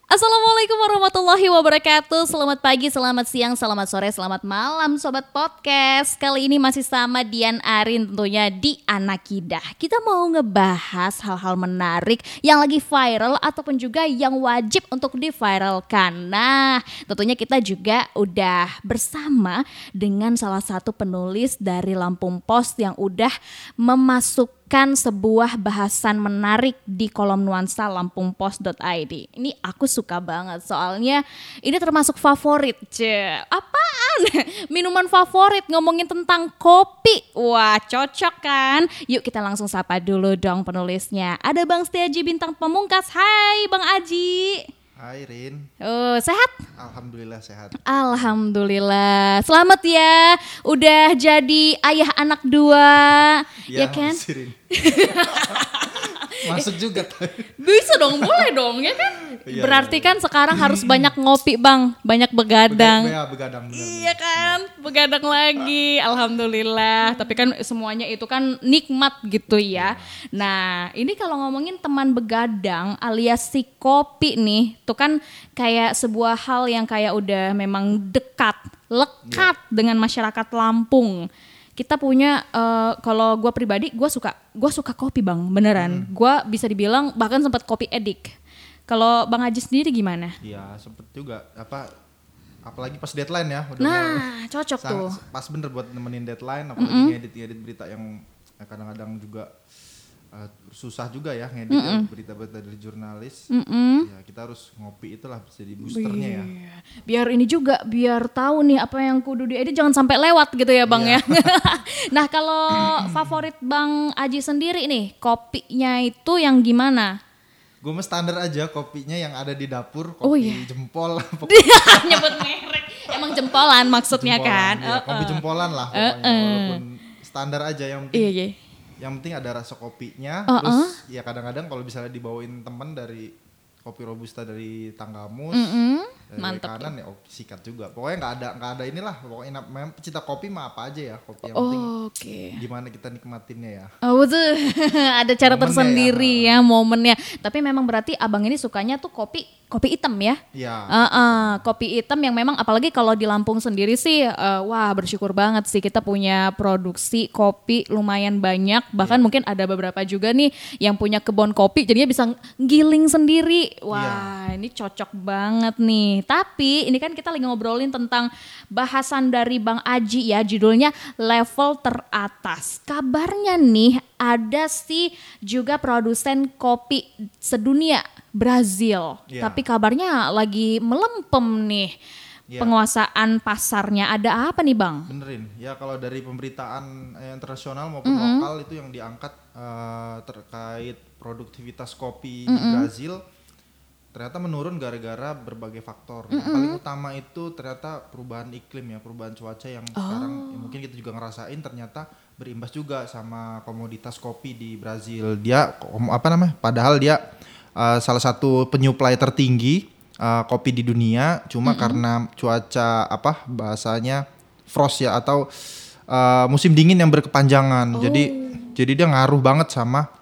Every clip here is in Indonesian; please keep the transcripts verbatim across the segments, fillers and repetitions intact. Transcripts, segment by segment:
Assalamualaikum warahmatullahi wabarakatuh. Selamat pagi, selamat siang, selamat sore, selamat malam Sobat Podcast. Kali ini masih sama Dian Arin tentunya di Anakidah. Kita mau ngebahas hal-hal menarik yang lagi viral ataupun juga yang wajib untuk di-viralkan. Nah, tentunya kita juga udah bersama dengan salah satu penulis dari Lampung Post yang udah memasuk kan sebuah bahasan menarik di kolom nuansa lampung post dot i d. Ini aku suka banget soalnya ini termasuk favorit. Cek, apaan? Minuman favorit ngomongin tentang kopi. Wah, cocok kan? Yuk kita langsung sapa dulu dong penulisnya. Ada Bang Setiaji Bintang Pamungkas. Hai Bang Aji. Hai Rin. Oh, sehat? Alhamdulillah sehat. Alhamdulillah. Selamat ya. Udah jadi ayah anak dua. Ya, ya kan? Rin. Masuk juga. Bisa dong, boleh dong ya kan? Iya, Berarti iya, kan sekarang harus banyak ngopi Bang, banyak begadang. Bega, begadang benar. Iya kan, begadang lagi. Alhamdulillah. Tapi kan semuanya itu kan nikmat gitu ya. Nah, ini kalau ngomongin teman begadang alias si kopi nih, tuh kan kayak sebuah hal yang kayak udah memang dekat, lekat yeah. dengan masyarakat Lampung. Kita punya uh, kalau gue pribadi gue suka gue suka kopi Bang, beneran. Hmm. Gue bisa dibilang bahkan sempat kopi edik. Kalau Bang Haji sendiri gimana? Iya sempet juga apa apalagi pas deadline ya. Udah nah mau, cocok sang, tuh. Pas bener buat nemenin deadline, apalagi mm-hmm. ngedit-ngedit berita yang kadang-kadang juga uh, susah juga ya ngedit mm-hmm. ya, berita-berita dari jurnalis. Mm-hmm. Ya kita harus ngopi itulah jadi boosternya ya. Biar ini juga biar tahu nih apa yang kudu diedit jangan sampai lewat gitu ya Bang yeah. ya. Nah kalau favorit Bang Aji sendiri nih kopinya itu yang gimana? Gue mah standar aja kopinya yang ada di dapur, kopi oh, iya. jempol. Nyebut merek, emang jempolan maksudnya jempolan, kan? Ya, uh-uh. Kopi jempolan lah pokoknya, uh-uh. walaupun standar aja yang penting. Iya, iya. Yang penting ada rasa kopinya, uh-uh. terus ya kadang-kadang kalau misalnya dibawain teman dari kopi robusta dari Tanggamus, mm-hmm. dari mantap kanan ya, ya oh, sikat juga. Pokoknya nggak ada nggak ada inilah, pokoknya memang pecinta kopi mah apa aja ya kopi yang oh, penting. Okay. Gimana kita nikmatinnya ya. Oh betul, ada cara momennya tersendiri ya, ya momennya. Tapi memang berarti abang ini sukanya tuh kopi kopi hitam ya? Iya. Uh, uh, kopi hitam yang memang apalagi kalau di Lampung sendiri sih, uh, wah bersyukur banget sih kita punya produksi kopi lumayan banyak. Bahkan ya. Mungkin ada beberapa juga nih yang punya kebun kopi, jadinya bisa giling sendiri. Wah ya. Ini cocok banget nih. Tapi ini kan kita lagi ngobrolin tentang bahasan dari Bang Aji ya, judulnya level teratas. Kabarnya nih ada sih juga produsen kopi sedunia Brazil, yeah. tapi kabarnya lagi melempem nih yeah. penguasaan pasarnya. Ada apa nih Bang? Benerin, ya kalau dari pemberitaan eh, internasional maupun mm-hmm. lokal itu yang diangkat uh, terkait produktivitas kopi mm-hmm. di Brazil ternyata menurun gara-gara berbagai faktor. Mm-hmm. Yang paling utama itu ternyata perubahan iklim ya, perubahan cuaca yang oh. sekarang ya mungkin kita juga ngerasain ternyata berimbas juga sama komoditas kopi di Brazil. Dia apa namanya? Padahal dia Uh, salah satu penyuplai tertinggi uh, kopi di dunia, cuma mm-hmm. karena cuaca apa bahasanya frost ya atau uh, musim dingin yang berkepanjangan, oh. jadi jadi dia ngaruh banget sama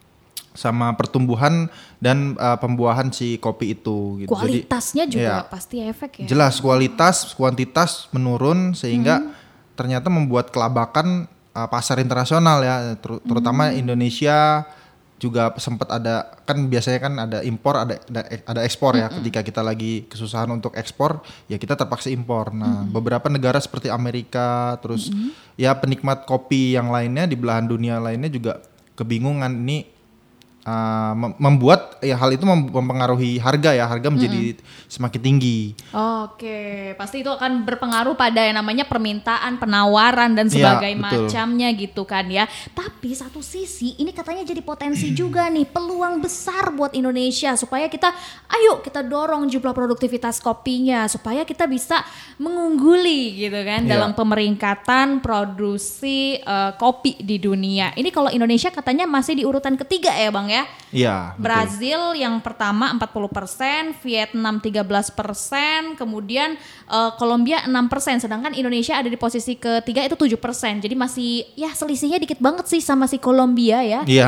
sama pertumbuhan dan uh, pembuahan si kopi itu. Gitu. Kualitasnya jadi, juga ya, pasti efek ya. Jelas kualitas, kuantitas menurun sehingga mm. ternyata membuat kelabakan uh, pasar internasional ya, ter- terutama mm. Indonesia. Juga sempat ada kan biasanya kan ada impor ada ada, ada ekspor ya. Mm-hmm. Ketika kita lagi kesusahan untuk ekspor ya kita terpaksa impor. Nah, mm-hmm. beberapa negara seperti Amerika terus mm-hmm. ya penikmat kopi yang lainnya di belahan dunia lainnya juga kebingungan ini uh, mem- membuat ya hal itu mem- mempengaruhi harga ya, harga menjadi mm-hmm. semakin tinggi. Oke, pasti itu akan berpengaruh pada yang namanya permintaan, penawaran dan sebagainya ya, macamnya gitu kan ya. Tapi satu sisi ini katanya jadi potensi juga nih, peluang besar buat Indonesia supaya kita ayo kita dorong jumlah produktivitas kopinya supaya kita bisa mengungguli gitu kan ya. Dalam pemeringkatan produksi uh, kopi di dunia. Ini kalau Indonesia katanya masih di urutan ketiga ya Bang ya. Iya. Brazil Brazil yang pertama empat puluh persen, Vietnam tiga belas persen, kemudian uh, Kolombia enam persen, sedangkan Indonesia ada di posisi ketiga itu tujuh persen. Jadi masih ya selisihnya dikit banget sih sama si Kolombia ya. Iya.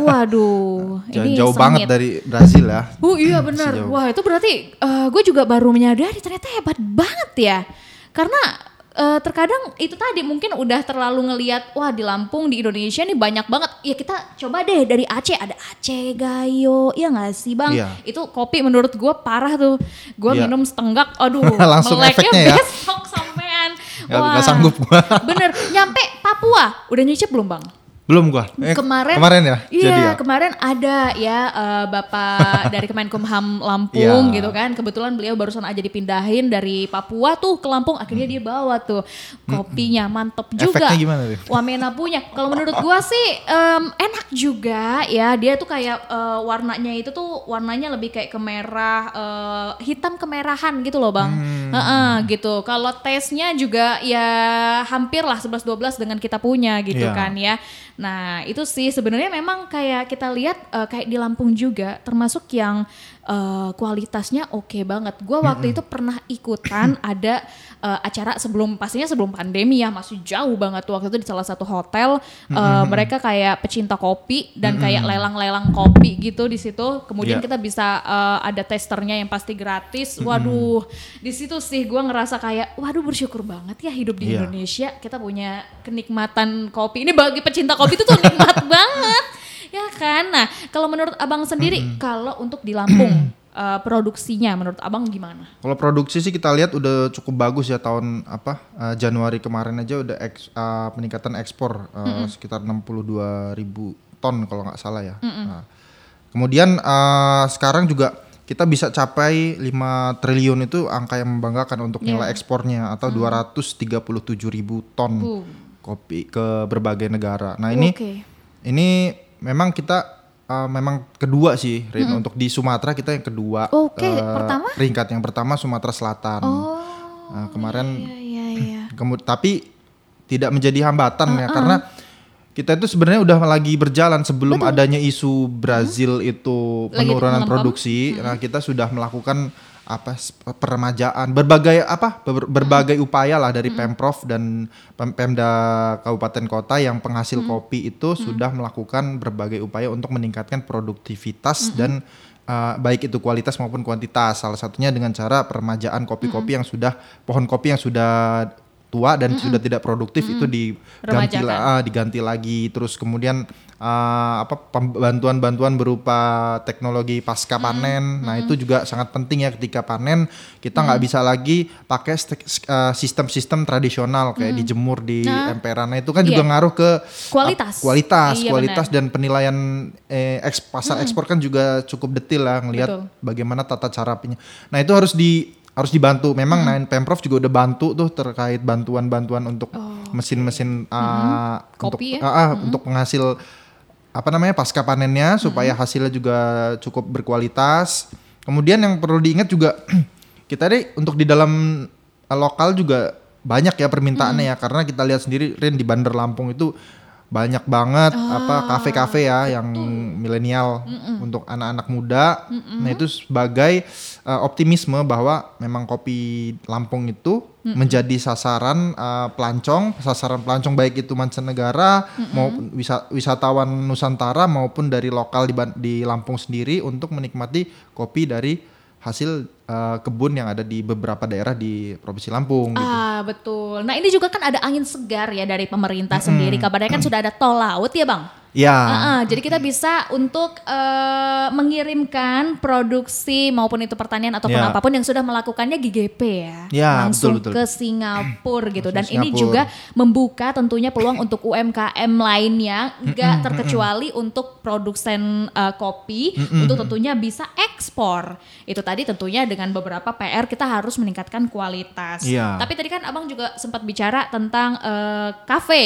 Waduh, ini jauh sengit banget dari Brazil ya. Oh iya benar. Wah itu berarti uh, gue juga baru menyadari ternyata hebat banget ya. Karena Uh, terkadang itu tadi mungkin udah terlalu ngelihat wah di Lampung di Indonesia nih banyak banget ya, kita coba deh dari Aceh, ada Aceh Gayo ya nggak sih bang, iya. Itu kopi menurut gue parah tuh, gue iya. minum setenggak aduh langsung efeknya ya besok sampean. Wah nggak sanggup gue. Bener, nyampe Papua udah nyicip belum bang? Belum gua. Eh, kemarin kemarin ya. Iya, jadi ya? kemarin ada ya uh, Bapak dari Kemenkumham Lampung ya. gitu kan. Kebetulan beliau barusan aja dipindahin dari Papua tuh ke Lampung, akhirnya hmm. dia bawa tuh kopinya, mantep juga. Efeknya gimana tuh? Wamena punya. Kalau menurut gua sih um, enak juga ya. Dia tuh kayak uh, warnanya itu tuh warnanya lebih kayak kemerah, uh, hitam kemerahan gitu loh, Bang. Hmm. Uh-uh, gitu. Kalau taste-nya juga ya hampir lah sebelas dua belas dengan kita punya gitu yeah. kan ya. Nah itu sih sebenarnya memang kayak kita lihat uh, kayak di Lampung juga termasuk yang uh, kualitasnya oke okay banget. Gue waktu mm-hmm. itu pernah ikutan ada uh, acara sebelum pastinya sebelum pandemi ya, masih jauh banget waktu itu di salah satu hotel. Uh, mm-hmm. Mereka kayak pecinta kopi dan mm-hmm. kayak lelang-lelang kopi gitu di situ. Kemudian yeah. kita bisa uh, ada testernya yang pasti gratis. Mm-hmm. Waduh di situ sih gue ngerasa kayak waduh bersyukur banget ya hidup di yeah. Indonesia, kita punya kenikmatan kopi. Ini bagi pecinta kopi itu tuh nikmat banget ya kan. Nah kalau menurut abang sendiri mm-hmm. kalau untuk di Lampung uh, produksinya menurut abang gimana? Kalau produksi sih kita lihat udah cukup bagus ya, tahun apa uh, Januari kemarin aja udah eks, uh, peningkatan ekspor uh, mm-hmm. sekitar enam puluh dua ribu ton kalau nggak salah ya. Mm-hmm. Nah, kemudian uh, sekarang juga kita bisa capai lima triliun, itu angka yang membanggakan untuk nilai yeah. ekspornya, atau mm. dua ratus tiga puluh tujuh ribu ton uh. kopi ke berbagai negara. Nah ini okay. ini memang kita uh, memang kedua sih Rin, mm-hmm. untuk di Sumatera kita yang kedua. Oke, okay. uh, pertama? Peringkat yang pertama Sumatera Selatan. Oh, nah, kemarin iya, iya, iya. Kemud- tapi tidak menjadi hambatan uh-uh. ya, karena kita itu sebenarnya udah lagi berjalan sebelum Betul. adanya isu Brazil hmm. itu penurunan produksi. Hmm. Nah, kita sudah melakukan apa peremajaan, berbagai apa ber, berbagai hmm. upaya lah dari hmm. Pemprov dan Pemda Kabupaten Kota yang penghasil hmm. kopi itu hmm. sudah melakukan berbagai upaya untuk meningkatkan produktivitas hmm. dan uh, baik itu kualitas maupun kuantitas. Salah satunya dengan cara peremajaan kopi-kopi hmm. yang sudah pohon kopi yang sudah tua dan mm-hmm. sudah tidak produktif mm-hmm. itu diganti lah, diganti lagi. Terus kemudian uh, apa bantuan-bantuan berupa teknologi pasca panen. Mm-hmm. Nah itu juga sangat penting ya, ketika panen kita nggak mm-hmm. bisa lagi pakai st- uh, sistem-sistem tradisional kayak mm-hmm. dijemur di nah, emperan. Nah itu kan juga iya. ngaruh ke kualitas, uh, kualitas, iya, kualitas benar. Dan penilaian eh, eks, pasar mm-hmm. ekspor kan juga cukup detail lah ngelihat Betul. bagaimana tata cara punya. Nah itu harus di harus dibantu. Memang hmm. nah, Pemprov juga udah bantu tuh terkait bantuan-bantuan untuk oh. mesin-mesin uh, hmm. untuk Kopi, ya? uh, uh, hmm. untuk penghasil apa namanya pasca panennya supaya hmm. hasilnya juga cukup berkualitas. Kemudian yang perlu diingat juga kita deh untuk di dalam uh, lokal juga banyak ya permintaannya hmm. ya, karena kita lihat sendiri Rin, di Bandar Lampung itu banyak banget ah, apa kafe-kafe ya yang milenial untuk anak-anak muda. Mm-mm. Nah itu sebagai uh, optimisme bahwa memang kopi Lampung itu Mm-mm. menjadi sasaran uh, pelancong, sasaran pelancong baik itu mancanegara Mm-mm. maupun wisa- wisatawan Nusantara maupun dari lokal di, di Lampung sendiri untuk menikmati kopi dari hasil uh, kebun yang ada di beberapa daerah di Provinsi Lampung. Gitu. Ah betul. Nah ini juga kan ada angin segar ya dari pemerintah mm-hmm. sendiri. Kabarnya kan sudah ada tol laut ya bang? Ya. Uh-uh, jadi kita bisa untuk uh, mengirimkan produksi maupun itu pertanian ataupun ya. apapun yang sudah melakukannya G G P ya, ya langsung betul, betul. ke Singapura gitu. Dan Singapura. Ini juga membuka tentunya peluang untuk U M K M lainnya, nggak terkecuali untuk produsen uh, kopi, untuk tentunya bisa ekspor. Itu tadi tentunya dengan beberapa P R kita harus meningkatkan kualitas. Ya. Tapi tadi kan abang juga sempat bicara tentang uh, kafe.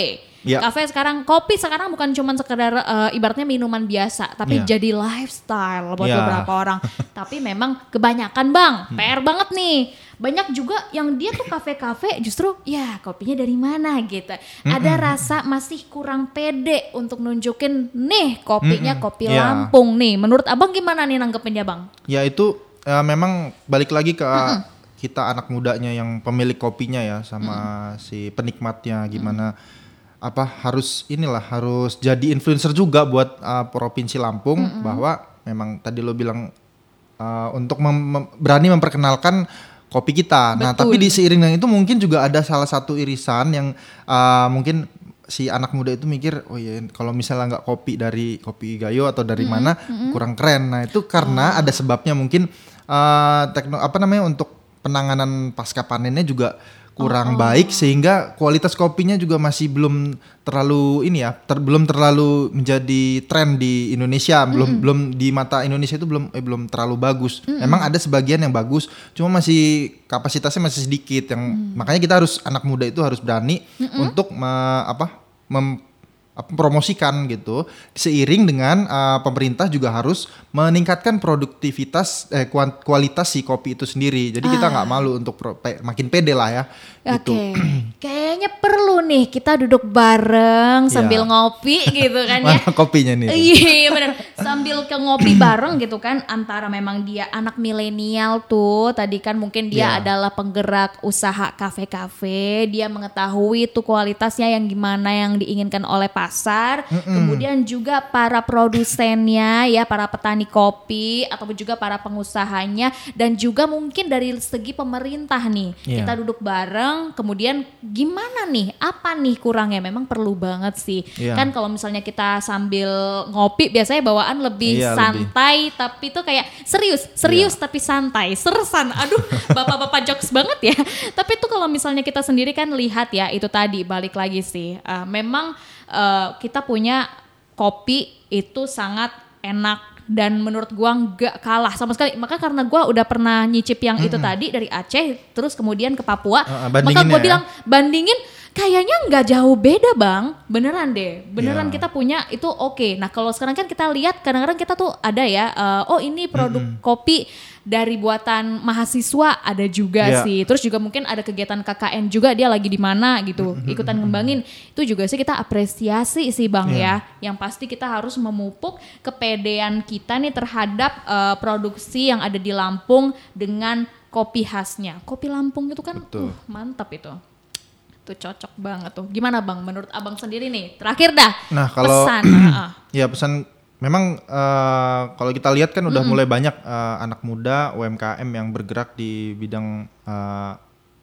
Yeah. Kafe sekarang, kopi sekarang bukan cuma sekedar uh, ibaratnya minuman biasa, tapi Yeah. jadi lifestyle buat Yeah. beberapa orang. Tapi memang kebanyakan bang, P R banget nih. Banyak juga yang dia tuh kafe-kafe justru ya kopinya dari mana gitu. Mm-mm. Ada rasa masih kurang pede untuk nunjukin nih kopinya Mm-mm. kopi yeah. Lampung nih. Menurut abang gimana nih nanggepinnya bang? Ya itu uh, memang balik lagi ke Mm-mm. kita anak mudanya yang pemilik kopinya ya sama mm. si penikmatnya gimana mm. apa harus inilah harus jadi influencer juga buat uh, provinsi Lampung mm-hmm. bahwa memang tadi lo bilang uh, untuk mem- mem- berani memperkenalkan kopi kita. Betul. Nah tapi di seiring dengan itu mungkin juga ada salah satu irisan yang uh, mungkin si anak muda itu mikir oh ya kalau misalnya nggak kopi dari Kopi Gayo atau dari mm-hmm. mana mm-hmm. kurang keren. Nah itu karena oh. ada sebabnya mungkin uh, tekno apa namanya untuk penanganan pasca panennya juga kurang oh, oh. baik sehingga kualitas kopinya juga masih belum terlalu ini ya ter, belum terlalu menjadi tren di Indonesia mm. belum belum di mata Indonesia itu belum eh, belum terlalu bagus. Mm. Emang ada sebagian yang bagus cuma masih kapasitasnya masih sedikit yang mm. makanya kita harus anak muda itu harus berani Mm-mm. untuk me, apa mem, promosikan gitu seiring dengan uh, pemerintah juga harus meningkatkan produktivitas eh, kualitas si kopi itu sendiri jadi ah. kita nggak malu untuk pro, pe, makin pede lah ya gitu. Oke, kayaknya perlu nih kita duduk bareng sambil yeah. ngopi gitu kan ya. Mana kopinya nih? Iya benar, sambil ke ngopi bareng gitu kan antara memang dia anak milenial tuh tadi kan mungkin dia yeah. adalah penggerak usaha kafe-kafe, dia mengetahui tuh kualitasnya yang gimana yang diinginkan oleh pasar, Mm-mm. kemudian juga para produsennya ya para petani kopi ataupun juga para pengusahanya dan juga mungkin dari segi pemerintah nih yeah. kita duduk bareng. Kemudian gimana nih, apa nih kurangnya? Memang perlu banget sih. Yeah. Kan kalau misalnya kita sambil ngopi biasanya bawaan lebih yeah, santai, lebih. Tapi tuh kayak serius, serius yeah. tapi santai, sersan. Aduh, bapak-bapak jokes banget ya. Tapi tuh kalau misalnya kita sendiri kan lihat ya, itu tadi balik lagi sih. Uh, memang uh, kita punya kopi itu sangat enak. Dan menurut gua nggak kalah sama sekali. Maka karena gua udah pernah nyicip yang mm-hmm. itu tadi dari Aceh terus kemudian ke Papua. Uh, maka gua ya. bilang bandingin kayaknya nggak jauh beda bang. Beneran deh. Beneran yeah. kita punya itu oke. Okay. Nah kalau sekarang kan kita lihat kadang-kadang kita tuh ada ya. Uh, oh ini produk mm-hmm. kopi dari buatan mahasiswa ada juga yeah. sih. Terus juga mungkin ada kegiatan K K N juga dia lagi di mana gitu. Mm-hmm. Ikutan ngembangin. Itu juga sih kita apresiasi sih bang yeah. ya. Yang pasti kita harus memupuk kepedean kita nih terhadap uh, produksi yang ada di Lampung dengan kopi khasnya. Kopi Lampung itu kan uh, mantap itu. Itu cocok banget tuh. Gimana bang menurut abang sendiri nih? Terakhir dah. Nah kalau pesan. ya pesan memang uh, kalau kita lihat kan udah mm-hmm. mulai banyak uh, anak muda U M K M yang bergerak di bidang uh,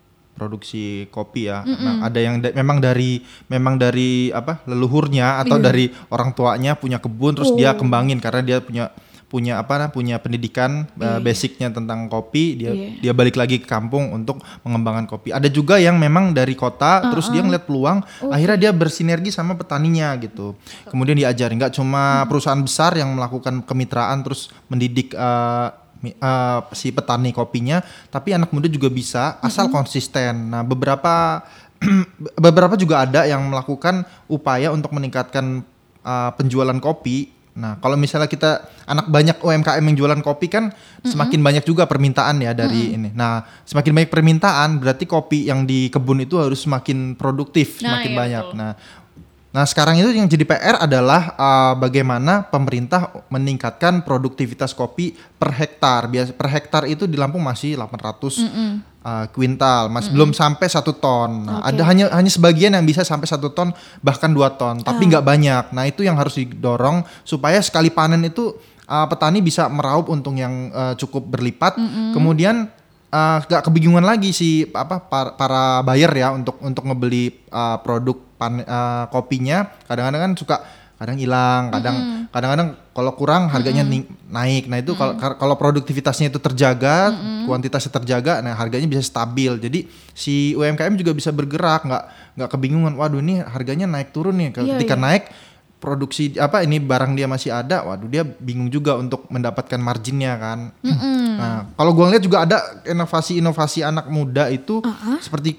produksi kopi ya. Mm-hmm. Nah, ada yang da- memang dari memang dari apa leluhurnya atau yeah. dari orang tuanya punya kebun terus oh. dia kembangin karena dia punya punya apa punya pendidikan yeah. uh, basicnya tentang kopi dia yeah. dia balik lagi ke kampung untuk mengembangkan kopi. Ada juga yang memang dari kota uh-uh. terus dia ngeliat peluang okay. akhirnya dia bersinergi sama petaninya gitu. Kemudian diajarin nggak cuma hmm. perusahaan besar yang melakukan kemitraan terus mendidik uh, Uh, si petani kopinya, tapi anak muda juga bisa asal mm-hmm. konsisten. Nah, beberapa beberapa juga ada yang melakukan upaya untuk meningkatkan uh, penjualan kopi. Nah, kalau misalnya kita anak banyak U M K M yang jualan kopi kan mm-hmm. semakin banyak juga permintaan ya dari mm-hmm. ini. Nah, semakin banyak permintaan berarti kopi yang di kebun itu harus semakin produktif, nah, semakin iya, banyak. Betul. Nah, Nah sekarang itu yang jadi P R adalah uh, bagaimana pemerintah meningkatkan produktivitas kopi per hektar. Biasa per hektar itu di Lampung masih delapan ratus uh, kuintal, masih Mm-mm. belum sampai satu ton. Nah, okay. Ada hanya hanya sebagian yang bisa sampai satu ton bahkan dua ton, tapi nggak ah. banyak. Nah itu yang harus didorong supaya sekali panen itu uh, petani bisa meraup untung yang uh, cukup berlipat. Mm-mm. Kemudian uh, gak kebingungan lagi si apa para, para buyer ya untuk untuk ngebeli uh, produk pan, uh, kopinya. Kadang-kadang kan suka kadang hilang, kadang mm-hmm. kadang-kadang kalau kurang harganya mm-hmm. naik. Nah itu kalau mm-hmm. kalau produktivitasnya itu terjaga, mm-hmm. kuantitasnya terjaga, nah harganya bisa stabil. Jadi si U M K M juga bisa bergerak, nggak nggak kebingungan. Waduh ini harganya naik turun nih. Ketika yeah, yeah. naik produksi apa ini barang dia masih ada, waduh dia bingung juga untuk mendapatkan marginnya kan. Mm-hmm. Nah kalau gue ngeliat juga ada inovasi-inovasi anak muda itu uh-huh. seperti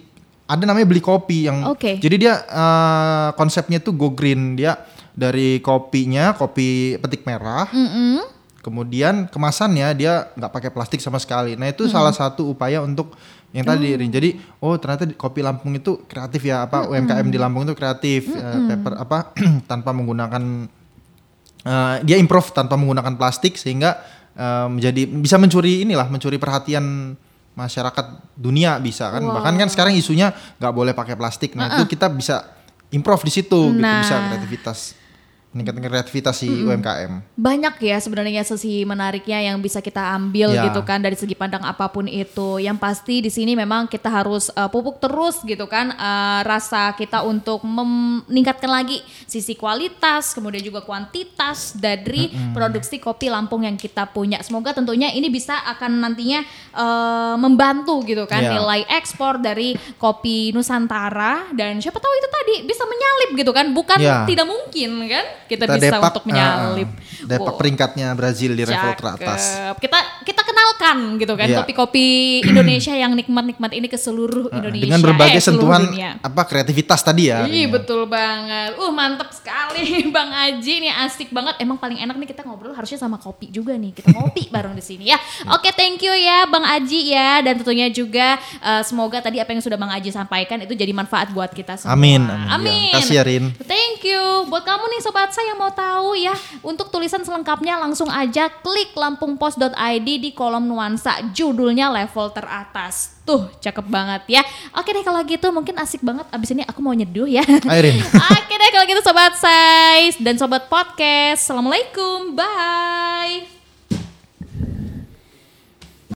ada namanya Beli Kopi yang Okay. jadi dia uh, konsepnya tuh go green. Dia dari kopinya kopi petik merah, Mm-mm. kemudian kemasannya dia nggak pakai plastik sama sekali. Nah itu mm-hmm. salah satu upaya untuk yang tadi Rin. Jadi oh ternyata kopi Lampung itu kreatif ya, apa mm-hmm. U M K M di Lampung itu kreatif, mm-hmm. uh, paper apa tanpa menggunakan uh, dia improve tanpa menggunakan plastik sehingga uh, menjadi bisa mencuri inilah mencuri perhatian masyarakat dunia bisa kan. Wow. Bahkan kan sekarang isunya nggak boleh pakai plastik. Nah, uh-uh. itu kita bisa improve di situ nah. gitu, bisa kreativitas. Meningkatkan kreativitas si mm-hmm. U M K M. Banyak ya sebenarnya sisi menariknya yang bisa kita ambil ya. gitu kan dari segi pandang apapun itu. Yang pasti di sini memang kita harus uh, pupuk terus gitu kan uh, rasa kita untuk meningkatkan lagi sisi kualitas, kemudian juga kuantitas dari mm-hmm. produksi kopi Lampung yang kita punya. Semoga tentunya ini bisa akan nantinya uh, membantu gitu kan ya. nilai ekspor dari kopi Nusantara dan siapa tahu itu tadi bisa menyalip gitu kan, bukan ya. tidak mungkin kan. Kita, kita bisa depak, untuk menyalip. Uh, depak wow. peringkatnya Brazil di level teratas. Kita kita kenalkan gitu kan yeah. kopi-kopi Indonesia yang nikmat-nikmat ini ke seluruh uh, Indonesia. Dengan berbagai eh, sentuhan apa kreativitas tadi ya. Iya betul banget. Uh mantep sekali Bang Aji nih, asik banget. Emang paling enak nih kita ngobrol harusnya sama kopi juga nih. Kita ngopi bareng di sini ya. Oke, okay, thank you ya Bang Aji ya, dan tentunya juga uh, semoga tadi apa yang sudah Bang Aji sampaikan itu jadi manfaat buat kita semua. Amin. Amin. Amin. Ya, kasih ya Rin. Thank you. Buat kamu nih sobat saya yang mau tahu ya, untuk tulisan selengkapnya langsung aja klik lampungpost dot i d di kolom nuansa, judulnya level teratas. Tuh, cakep banget ya. Oke deh kalau gitu mungkin asik banget. Abis ini aku mau nyeduh ya. Airin. Oke deh kalau gitu sobat size dan sobat podcast. Assalamualaikum. Bye.